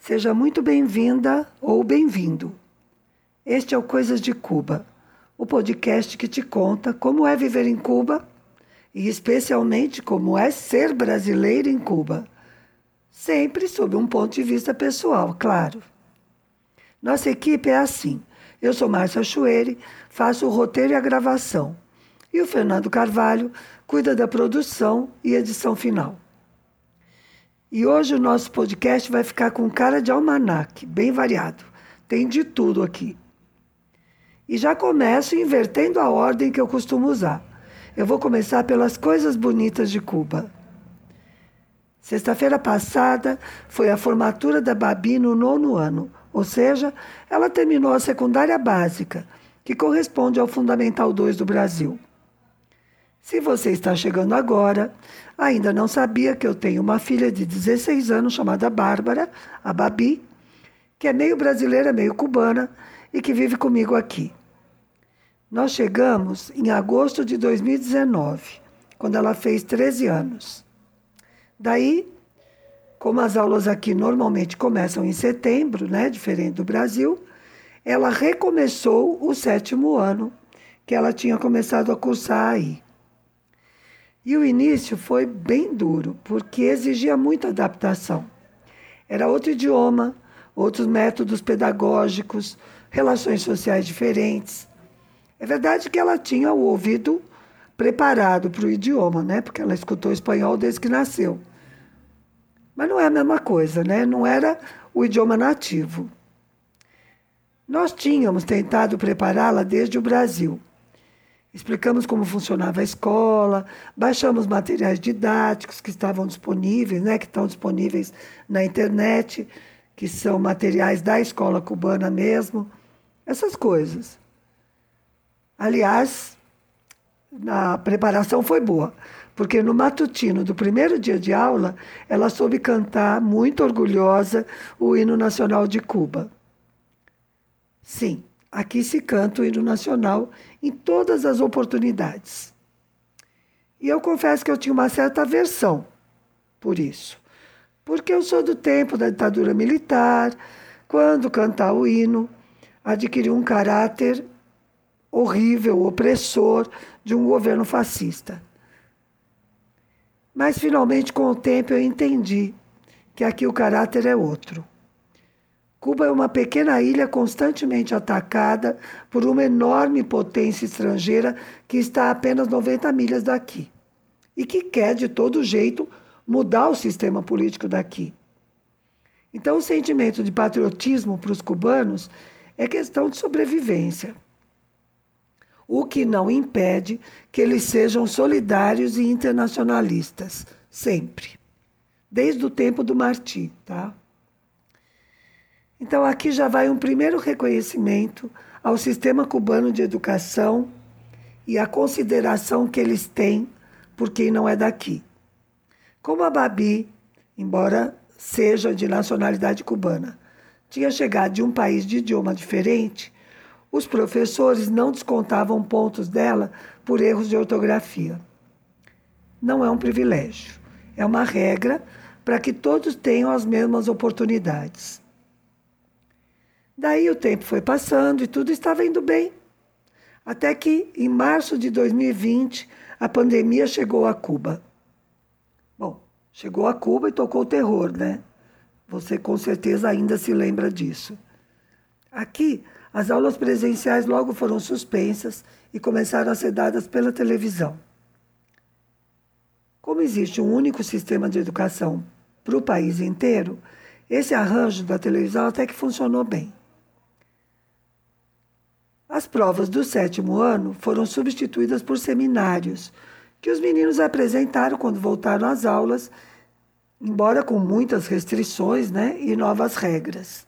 Seja muito bem-vinda ou bem-vindo. Este é o Coisas de Cuba, o podcast que te conta como é viver em Cuba e especialmente como é ser brasileiro em Cuba. Sempre sob um ponto de vista pessoal, claro. Nossa equipe é assim. Eu sou Márcia Chueri, faço o roteiro e a gravação. E o Fernando Carvalho cuida da produção e edição final. E hoje o nosso podcast vai ficar com cara de almanaque, bem variado. Tem de tudo aqui. E já começo invertendo a ordem que eu costumo usar. Eu vou começar pelas coisas bonitas de Cuba. Sexta-feira passada foi a formatura da Babi no 9º ano, ou seja, ela terminou a secundária básica, que corresponde ao Fundamental 2 do Brasil. Se você está chegando agora, ainda não sabia que eu tenho uma filha de 16 anos chamada Bárbara, a Babi, que é meio brasileira, meio cubana e que vive comigo aqui. Nós chegamos em agosto de 2019, quando ela fez 13 anos. Daí, como as aulas aqui normalmente começam em setembro, né, diferente do Brasil, ela recomeçou o 7º ano que ela tinha começado a cursar aí. E o início foi bem duro, porque exigia muita adaptação. Era outro idioma, outros métodos pedagógicos, relações sociais diferentes. É verdade que ela tinha o ouvido preparado para o idioma, né? Porque ela escutou espanhol desde que nasceu. Mas não é a mesma coisa, né? Não era o idioma nativo. Nós tínhamos tentado prepará-la desde o Brasil. Explicamos como funcionava a escola, baixamos materiais didáticos que estavam disponíveis, né, que estão disponíveis na internet, que são materiais da escola cubana mesmo, essas coisas. Aliás, a preparação foi boa, porque no matutino do primeiro dia de aula, ela soube cantar, muito orgulhosa, o hino nacional de Cuba. Sim, aqui se canta o hino nacional em todas as oportunidades. E eu confesso que eu tinha uma certa aversão por isso. Porque eu sou do tempo da ditadura militar, quando cantar o hino adquiriu um caráter horrível, opressor de um governo fascista. Mas finalmente, com o tempo, eu entendi que aqui o caráter é outro. Cuba é uma pequena ilha constantemente atacada por uma enorme potência estrangeira que está a apenas 90 milhas daqui e que quer, de todo jeito, mudar o sistema político daqui. Então, o sentimento de patriotismo para os cubanos é questão de sobrevivência, o que não impede que eles sejam solidários e internacionalistas, sempre, desde o tempo do Martí, tá? Então, aqui já vai um primeiro reconhecimento ao sistema cubano de educação e a consideração que eles têm por quem não é daqui. Como a Babi, embora seja de nacionalidade cubana, tinha chegado de um país de idioma diferente, os professores não descontavam pontos dela por erros de ortografia. Não é um privilégio, é uma regra para que todos tenham as mesmas oportunidades. Daí o tempo foi passando e tudo estava indo bem. Até que, em março de 2020, a pandemia chegou a Cuba. Bom, chegou a Cuba e tocou o terror, né? Você com certeza ainda se lembra disso. Aqui, as aulas presenciais logo foram suspensas e começaram a ser dadas pela televisão. Como existe um único sistema de educação para o país inteiro, esse arranjo da televisão até que funcionou bem. As provas do 7º ano foram substituídas por seminários, que os meninos apresentaram quando voltaram às aulas, embora com muitas restrições, né, e novas regras.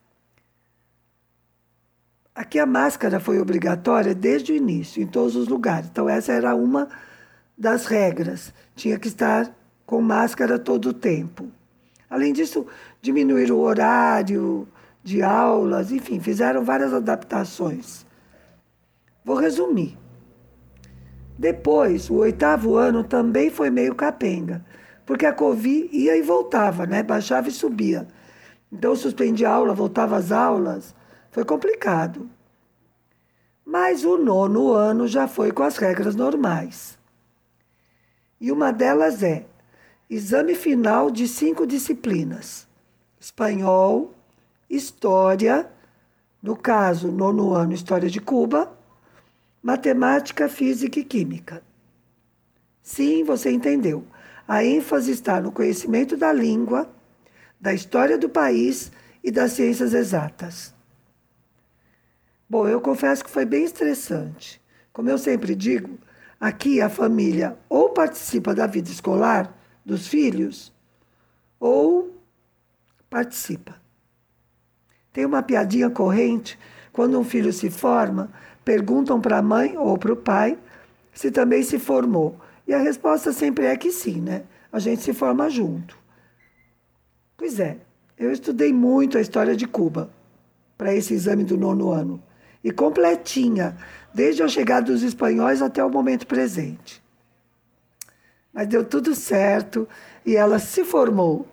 Aqui a máscara foi obrigatória desde o início, em todos os lugares. Então essa era uma das regras. Tinha que estar com máscara todo o tempo. Além disso, diminuíram o horário de aulas, enfim, fizeram várias adaptações. Vou resumir. Depois, o 8º ano também foi meio capenga, porque a Covid ia e voltava, né? Baixava e subia. Então eu suspendi a aula, voltava às aulas. Foi complicado. Mas o 9º ano já foi com as regras normais. E uma delas é exame final de 5 disciplinas. Espanhol, História, no caso, 9º ano, História de Cuba, Matemática, Física e Química. Sim, você entendeu. A ênfase está no conhecimento da língua, da história do país e das ciências exatas. Bom, eu confesso que foi bem estressante. Como eu sempre digo, aqui a família ou participa da vida escolar dos filhos ou participa. Tem uma piadinha corrente, quando um filho se forma, perguntam para a mãe ou para o pai se também se formou. E a resposta sempre é que sim, né? A gente se forma junto. Pois é, eu estudei muito a história de Cuba para esse exame do 9º ano. E completinha, desde a chegada dos espanhóis até o momento presente. Mas deu tudo certo e ela se formou.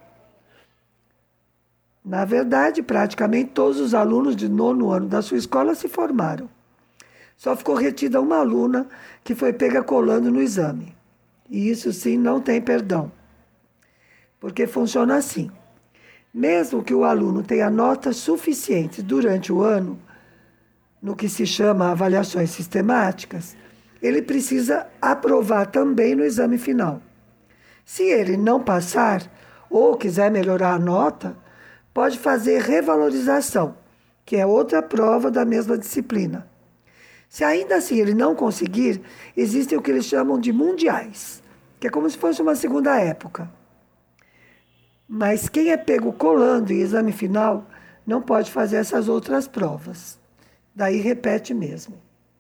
Na verdade, praticamente todos os alunos de 9º ano da sua escola se formaram. Só ficou retida uma aluna que foi pega colando no exame. E isso sim não tem perdão. Porque funciona assim. Mesmo que o aluno tenha notas suficientes durante o ano, no que se chama avaliações sistemáticas, ele precisa aprovar também no exame final. Se ele não passar ou quiser melhorar a nota, pode fazer revalorização, que é outra prova da mesma disciplina. Se ainda assim ele não conseguir, existem o que eles chamam de mundiais, que é como se fosse uma segunda época. Mas quem é pego colando em exame final não pode fazer essas outras provas. Daí repete mesmo.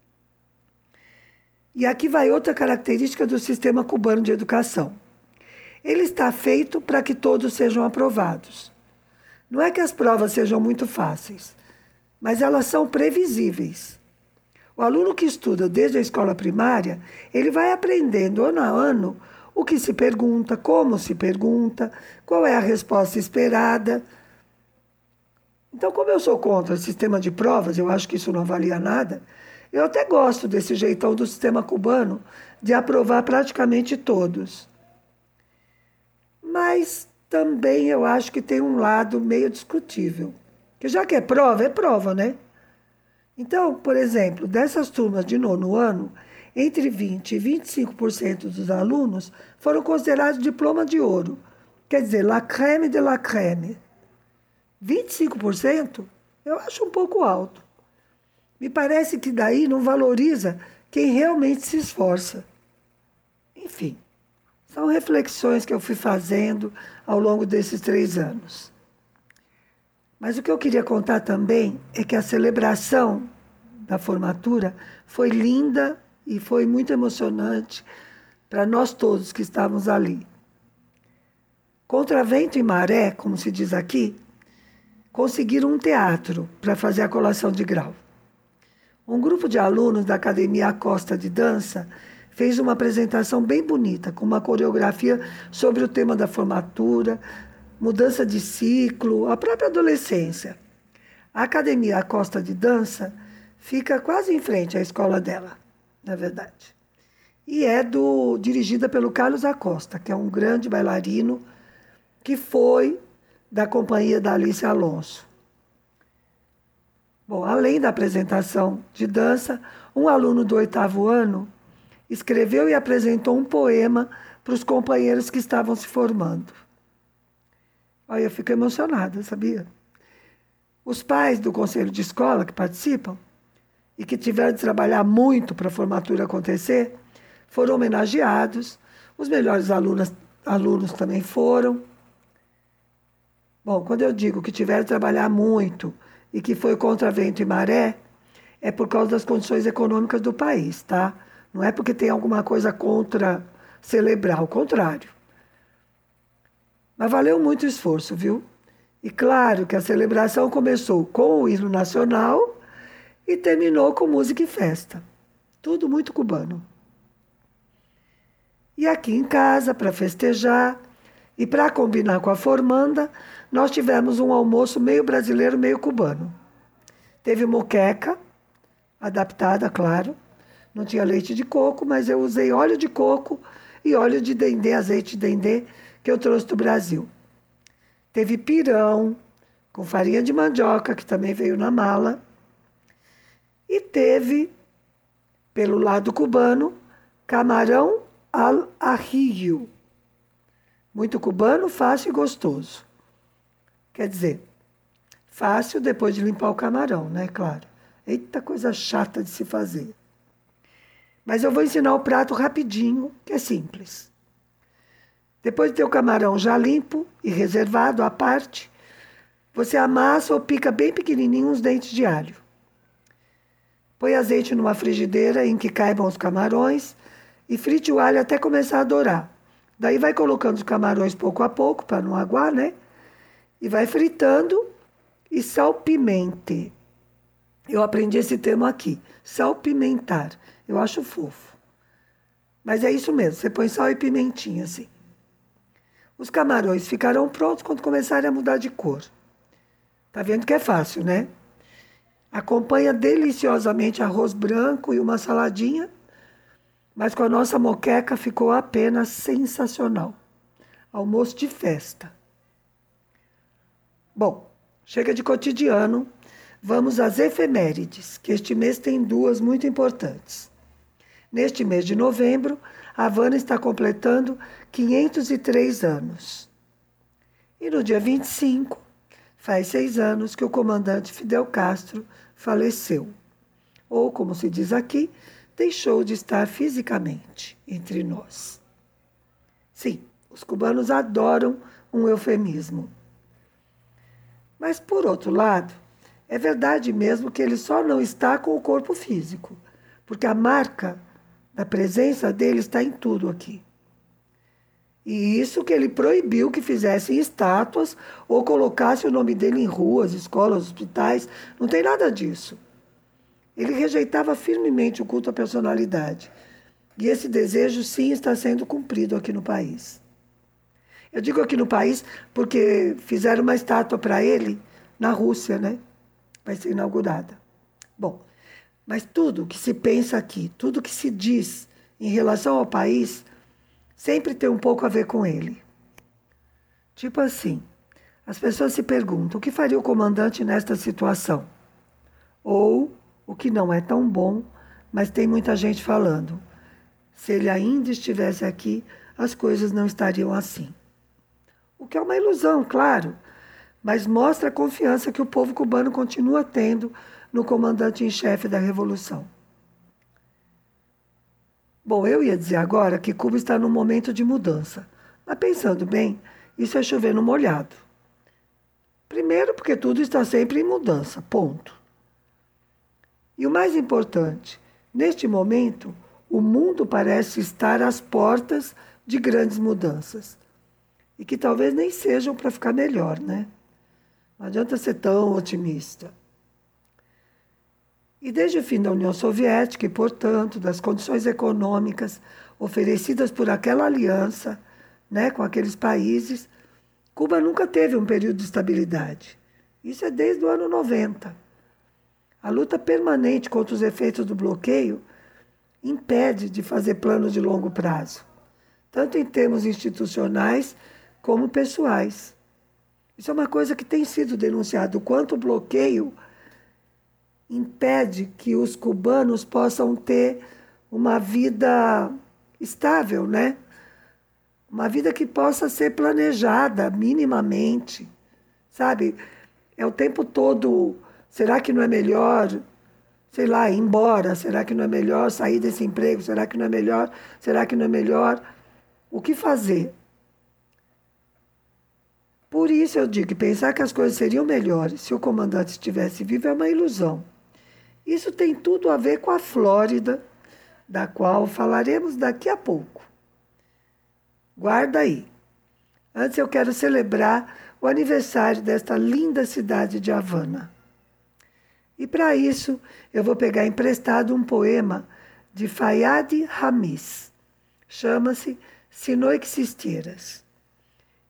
E aqui vai outra característica do sistema cubano de educação. Ele está feito para que todos sejam aprovados. Não é que as provas sejam muito fáceis, mas elas são previsíveis. O aluno que estuda desde a escola primária, ele vai aprendendo ano a ano o que se pergunta, como se pergunta, qual é a resposta esperada. Então, como eu sou contra o sistema de provas, eu acho que isso não avalia nada, eu até gosto desse jeitão do sistema cubano de aprovar praticamente todos. Mas também eu acho que tem um lado meio discutível. Que já que é prova, né? Então, por exemplo, dessas turmas de 9º ano, entre 20% e 25% dos alunos foram considerados diploma de ouro. Quer dizer, la crème de la crème. 25% eu acho um pouco alto. Me parece que daí não valoriza quem realmente se esforça. Enfim, são reflexões que eu fui fazendo ao longo desses 3 anos. Mas o que eu queria contar também é que a celebração da formatura foi linda e foi muito emocionante para nós todos que estávamos ali. Contra vento e maré, como se diz aqui, conseguiram um teatro para fazer a colação de grau. Um grupo de alunos da Academia Acosta de Dança fez uma apresentação bem bonita, com uma coreografia sobre o tema da formatura, mudança de ciclo, a própria adolescência. A Academia Acosta de Dança fica quase em frente à escola dela, na verdade. E é dirigida pelo Carlos Acosta, que é um grande bailarino que foi da companhia da Alice Alonso. Bom, além da apresentação de dança, um aluno do 8º ano escreveu e apresentou um poema para os companheiros que estavam se formando. Olha, eu fico emocionada, sabia? Os pais do conselho de escola que participam e que tiveram de trabalhar muito para a formatura acontecer, foram homenageados, os melhores alunos também foram. Bom, quando eu digo que tiveram de trabalhar muito e que foi contra vento e maré, é por causa das condições econômicas do país, tá? Não é porque tem alguma coisa contra celebrar, ao contrário. Mas valeu muito o esforço, viu? E claro que a celebração começou com o hino nacional e terminou com música e festa. Tudo muito cubano. E aqui em casa, para festejar, E para combinar com a formanda, nós tivemos um almoço meio brasileiro, meio cubano. Teve moqueca, adaptada, claro. Não tinha leite de coco, mas eu usei óleo de coco e óleo de dendê, azeite de dendê, que eu trouxe do Brasil. Teve pirão, com farinha de mandioca, que também veio na mala. E teve, pelo lado cubano, camarão al ajillo. Muito cubano, fácil e gostoso. Quer dizer, fácil depois de limpar o camarão, né? Claro. Eita, coisa chata de se fazer. Mas eu vou ensinar o prato rapidinho, que é simples. Depois de ter o camarão já limpo e reservado à parte, você amassa ou pica bem pequenininho os dentes de alho. Põe azeite numa frigideira em que caibam os camarões e frite o alho até começar a dourar. Daí vai colocando os camarões pouco a pouco, para não aguar, né? E vai fritando e salpimente. Eu aprendi esse termo aqui, salpimentar. Eu acho fofo. Mas é isso mesmo, você põe sal e pimentinha assim. Os camarões ficarão prontos quando começarem a mudar de cor. Tá vendo que é fácil, né? Acompanha deliciosamente arroz branco e uma saladinha, mas com a nossa moqueca ficou apenas sensacional. Almoço de festa. Bom, chega de cotidiano, vamos às efemérides, que este mês tem duas muito importantes. Neste mês de novembro, a Havana está completando 503 anos. E no dia 25, faz 6 anos que o comandante Fidel Castro faleceu. Ou, como se diz aqui, deixou de estar fisicamente entre nós. Sim, os cubanos adoram um eufemismo. Mas, por outro lado, é verdade mesmo que ele só não está com o corpo físico, porque a marca da presença dele está em tudo aqui. E isso que ele proibiu que fizessem estátuas ou colocasse o nome dele em ruas, escolas, hospitais. Não tem nada disso. Ele rejeitava firmemente o culto à personalidade. E esse desejo, sim, está sendo cumprido aqui no país. Eu digo aqui no país porque fizeram uma estátua para ele na Rússia, né? Vai ser inaugurada. Bom, mas tudo que se pensa aqui, tudo que se diz em relação ao país, sempre tem um pouco a ver com ele. Tipo assim, as pessoas se perguntam o que faria o comandante nesta situação? Ou, o que não é tão bom, mas tem muita gente falando, se ele ainda estivesse aqui, as coisas não estariam assim. O que é uma ilusão, claro, mas mostra a confiança que o povo cubano continua tendo no comandante em chefe da revolução. Bom, eu ia dizer agora que Cuba está num momento de mudança, mas pensando bem, isso é chover no molhado. Primeiro, porque tudo está sempre em mudança, ponto. E o mais importante, neste momento, o mundo parece estar às portas de grandes mudanças. E que talvez nem sejam para ficar melhor, né? Não adianta ser tão otimista. E desde o fim da União Soviética e, portanto, das condições econômicas oferecidas por aquela aliança, né, com aqueles países, Cuba nunca teve um período de estabilidade. Isso é desde o ano 90. A luta permanente contra os efeitos do bloqueio impede de fazer planos de longo prazo, tanto em termos institucionais como pessoais. Isso é uma coisa que tem sido denunciado, o quanto o bloqueio impede que os cubanos possam ter uma vida estável, né? Uma vida que possa ser planejada minimamente, sabe? É o tempo todo, será que não é melhor, sei lá, ir embora? Será que não é melhor sair desse emprego? Será que não é melhor? Será que não é melhor? O que fazer? Por isso eu digo que pensar que as coisas seriam melhores se o comandante estivesse vivo é uma ilusão. Isso tem tudo a ver com a Flórida, da qual falaremos daqui a pouco. Guarda aí. Antes eu quero celebrar o aniversário desta linda cidade de Havana. E para isso eu vou pegar emprestado um poema de Fayad Ramiz. Chama-se Se Não Existieras.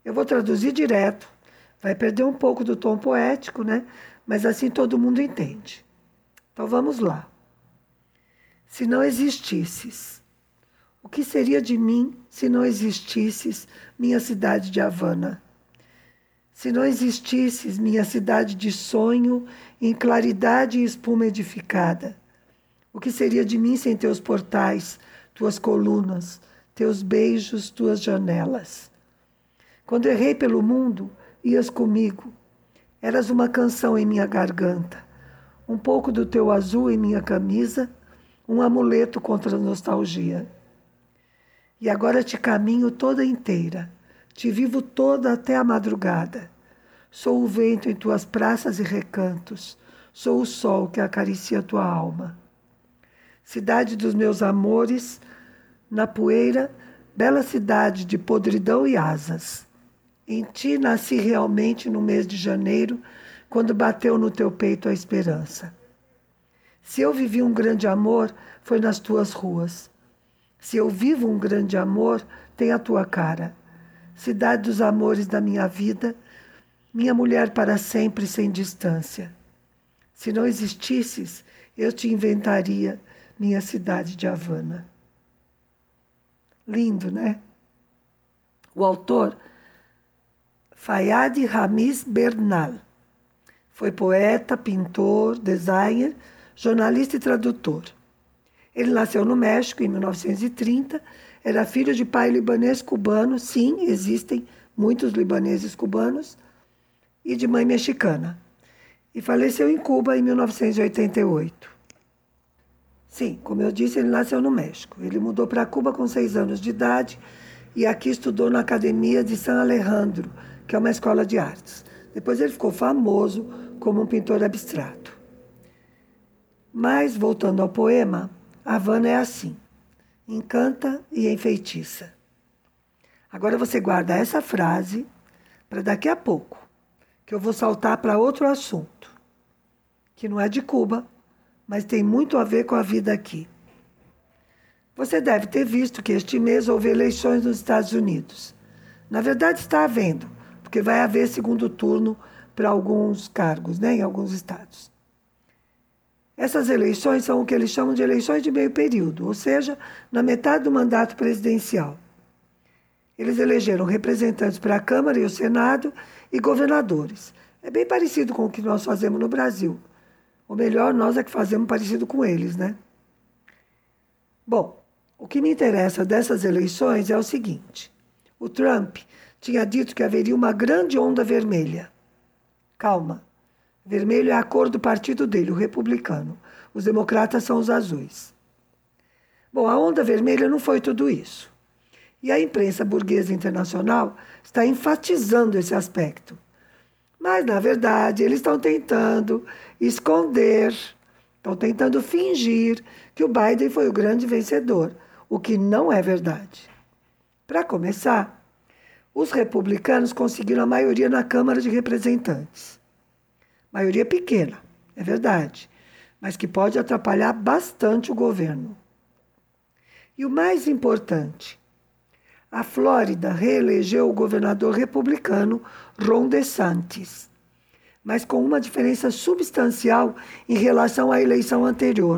Eu vou traduzir direto, vai perder um pouco do tom poético, né? Mas assim todo mundo entende. Então vamos lá. Se não existisses, o que seria de mim se não existisses minha cidade de Havana? Se não existisses minha cidade de sonho em claridade e espuma edificada? O que seria de mim sem teus portais, tuas colunas, teus beijos, tuas janelas? Quando errei pelo mundo, ias comigo. Eras uma canção em minha garganta, um pouco do teu azul em minha camisa, um amuleto contra a nostalgia. E agora te caminho toda inteira, te vivo toda até a madrugada. Sou o vento em tuas praças e recantos, sou o sol que acaricia tua alma. Cidade dos meus amores, na poeira, bela cidade de podridão e asas. Em ti nasci realmente no mês de janeiro, quando bateu no teu peito a esperança. Se eu vivi um grande amor, foi nas tuas ruas. Se eu vivo um grande amor, tem a tua cara. Cidade dos amores da minha vida, minha mulher para sempre sem distância. Se não existisses, eu te inventaria minha cidade de Havana. Lindo, né? O autor, Fayad Ramiz Bernal, foi poeta, pintor, designer, jornalista e tradutor. Ele nasceu no México em 1930, era filho de pai libanês cubano, sim, existem muitos libaneses cubanos, e de mãe mexicana. E faleceu em Cuba em 1988. Sim, como eu disse, ele nasceu no México. Ele mudou para Cuba com 6 anos de idade e aqui estudou na Academia de San Alejandro, que é uma escola de artes. Depois ele ficou famoso como um pintor abstrato. Mas, voltando ao poema, Havana é assim, encanta e enfeitiça. Agora você guarda essa frase para daqui a pouco, que eu vou saltar para outro assunto, que não é de Cuba, mas tem muito a ver com a vida aqui. Você deve ter visto que este mês houve eleições nos Estados Unidos. Na verdade está havendo, porque vai haver segundo turno para alguns cargos, né, em alguns estados. Essas eleições são o que eles chamam de eleições de meio período, ou seja, na metade do mandato presidencial. Eles elegeram representantes para a Câmara e o Senado e governadores. É bem parecido com o que nós fazemos no Brasil. Ou melhor, nós é que fazemos parecido com eles, né? Bom, o que me interessa dessas eleições é o seguinte. O Trump tinha dito que haveria uma grande onda vermelha. Calma. Vermelho é a cor do partido dele, o republicano. Os democratas são os azuis. Bom, a onda vermelha não foi tudo isso. E a imprensa burguesa internacional está enfatizando esse aspecto. Mas, na verdade, eles estão tentando esconder, estão tentando fingir que o Biden foi o grande vencedor, o que não é verdade. Para começar, os republicanos conseguiram a maioria na Câmara de Representantes. Maioria pequena, é verdade, mas que pode atrapalhar bastante o governo. E o mais importante, a Flórida reelegeu o governador republicano Ron DeSantis, mas com uma diferença substancial em relação à eleição anterior.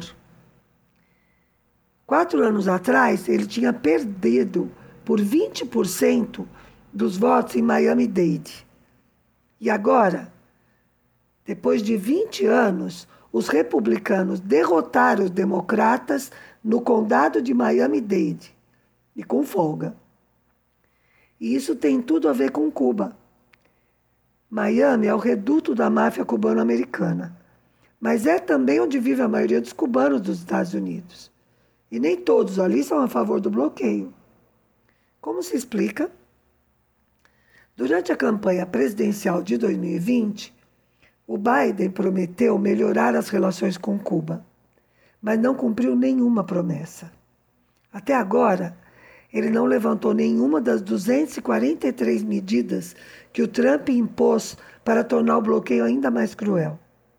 4 anos atrás, ele tinha perdido por 20% dos votos em Miami-Dade. E agora, depois de 20 anos, os republicanos derrotaram os democratas no condado de Miami-Dade, e com folga. E isso tem tudo a ver com Cuba. Miami é o reduto da máfia cubano-americana, mas é também onde vive a maioria dos cubanos dos Estados Unidos. E nem todos ali são a favor do bloqueio. Como se explica? Durante a campanha presidencial de 2020, o Biden prometeu melhorar as relações com Cuba, mas não cumpriu nenhuma promessa. Até agora, ele não levantou nenhuma das 243 medidas que o Trump impôs para tornar o bloqueio ainda mais cruel.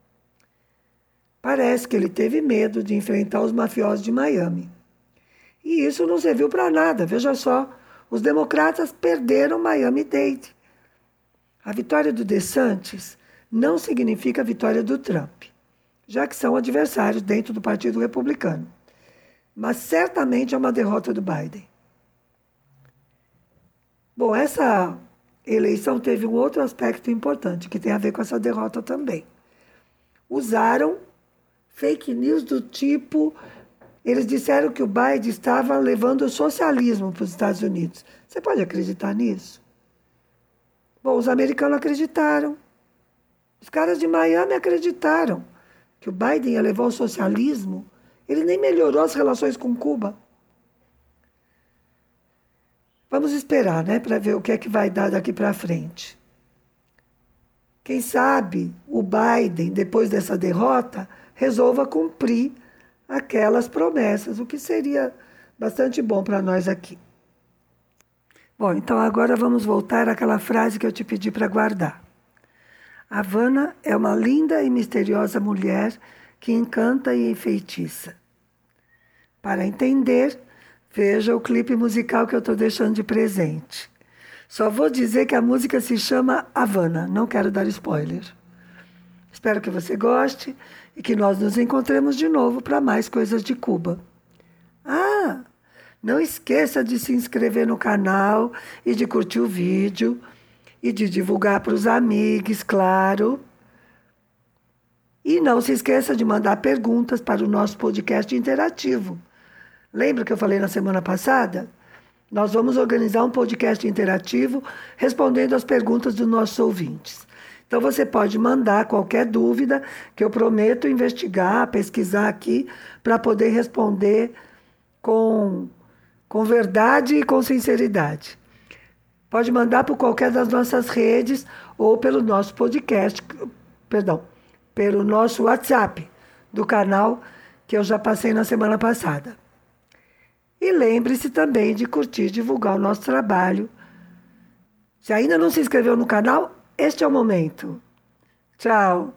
Parece que ele teve medo de enfrentar os mafiosos de Miami. E isso não serviu para nada. Veja só, os democratas perderam Miami-Dade. A vitória do DeSantis não significa a vitória do Trump, já que são adversários dentro do Partido Republicano. Mas certamente é uma derrota do Biden. Bom, essa eleição teve um outro aspecto importante, que tem a ver com essa derrota também. Usaram fake news do tipo... Eles disseram que o Biden estava levando o socialismo para os Estados Unidos. Você pode acreditar nisso? Bom, os americanos acreditaram. Os caras de Miami acreditaram que o Biden ia levar o socialismo. Ele nem melhorou as relações com Cuba. Vamos esperar, né, para ver o que é que vai dar daqui para frente. Quem sabe o Biden, depois dessa derrota, resolva cumprir aquelas promessas, o que seria bastante bom para nós aqui. Bom, então agora vamos voltar àquela frase que eu te pedi para guardar. Havana é uma linda e misteriosa mulher que encanta e enfeitiça. Para entender, veja o clipe musical que eu estou deixando de presente. Só vou dizer que a música se chama Havana, não quero dar spoiler. Espero que você goste e que nós nos encontremos de novo para mais coisas de Cuba. Ah, não esqueça de se inscrever no canal e de curtir o vídeo e de divulgar para os amigos, claro. E não se esqueça de mandar perguntas para o nosso podcast interativo. Lembra que eu falei na semana passada? Nós vamos organizar um podcast interativo respondendo às perguntas dos nossos ouvintes. Então, você pode mandar qualquer dúvida que eu prometo investigar, pesquisar aqui, para poder responder com verdade e com sinceridade. Pode mandar por qualquer das nossas redes ou pelo nosso podcast, pelo nosso WhatsApp do canal que eu já passei na semana passada. E lembre-se também de curtir e divulgar o nosso trabalho. Se ainda não se inscreveu no canal, este é o momento. Tchau.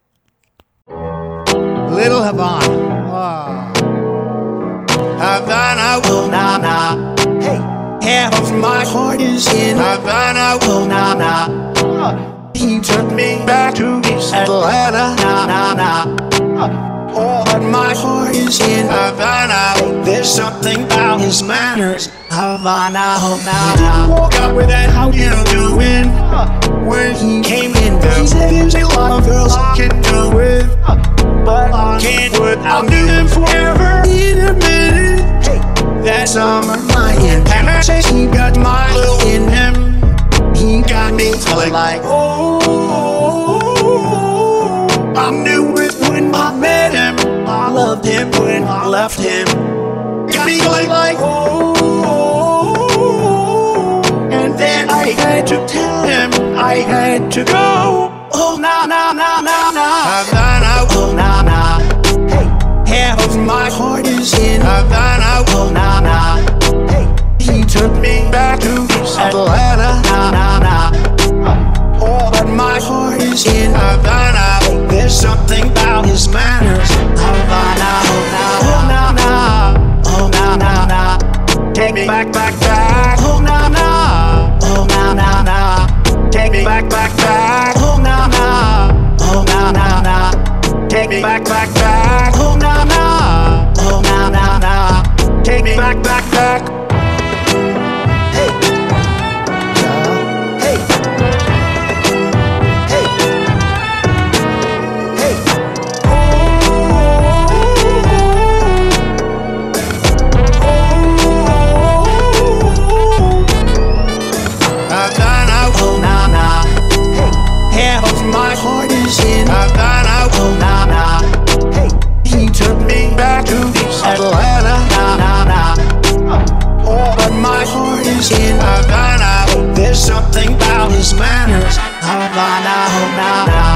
Little Havana. Havana, oh, nah, nah. Hey, half of my heart is in Havana, oh, nah, nah. He took me back to East Atlanta, nah, nah, nah. Oh, but my heart is in Havana. There's something about his manners. Havana, oh, nah, nah. Walk out with that, how you doing? When he came in, he said there's a lot of girls I can do with, but I can't without him forever in a minute. Hey, that summer night, and I say he got my little in him. He got me feeling like, oh, I knew it when I met him. I loved him when I left him. Got me feeling like, oh, and then I had to tell him I had to go. Oh, nah, nah, nah, nah, nah. Havana, oh, nah, nah. Hey, half of my heart is in Havana, oh, nah, nah. Hey, he took me back to Atlanta, nah, nah, nah. Oh, but my heart is in Havana. There's something about his manners. Havana, oh, nah, nah, oh, nah, nah, nah. Take me back, back, back. Oh, nah, nah, oh, nah, nah, nah. Take me back, back, back. Oh, nah, nah, oh, nah, nah, nah. Take me back, back, back. Oh, nah, nah, oh, nah, nah, nah. Take me back, back, back. Hey, yeah, hey, hey, hey. Havana, oh, nah, nah. Hey, half of my heart is in Havana, oh, nah, nah. Hey, he took me back to Atlanta, nah, nah, nah. Oh, but my heart is in Havana. There's something about his manners. Havana, oh, nah, nah.